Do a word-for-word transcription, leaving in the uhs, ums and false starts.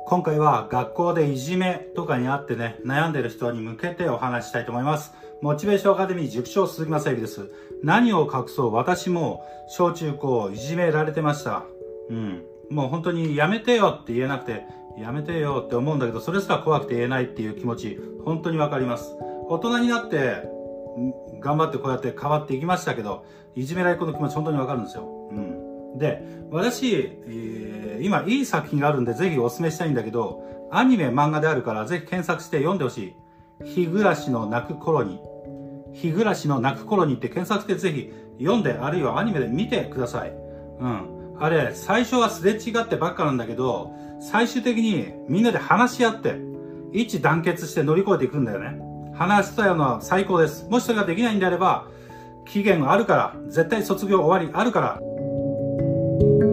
今回は学校でいじめとかにあってね、悩んでる人に向けてお話ししたいと思います。モチベーションアカデミー塾長鈴木正幸です。何を隠そう、私も小中高いじめられてました。うん。もう本当にやめてよって言えなくて、やめてよって思うんだけど、それすら怖くて言えないっていう気持ち、本当にわかります。大人になって、頑張ってこうやって変わっていきましたけど、いじめられっ子の気持ち本当にわかるんですよ。うん。で、私、えー、今いい作品があるんでぜひお勧めしたいんだけど、アニメ漫画であるからぜひ検索して読んでほしい。日暮らしの泣く頃に。日暮らしの泣く頃にって検索してぜひ読んで、あるいはアニメで見てください。うん。あれ、最初はすれ違ってばっかなんだけど、最終的にみんなで話し合って、一致団結して乗り越えていくんだよね。話したような最高です。もしそれができないんであれば、期限があるから、絶対卒業終わりあるから。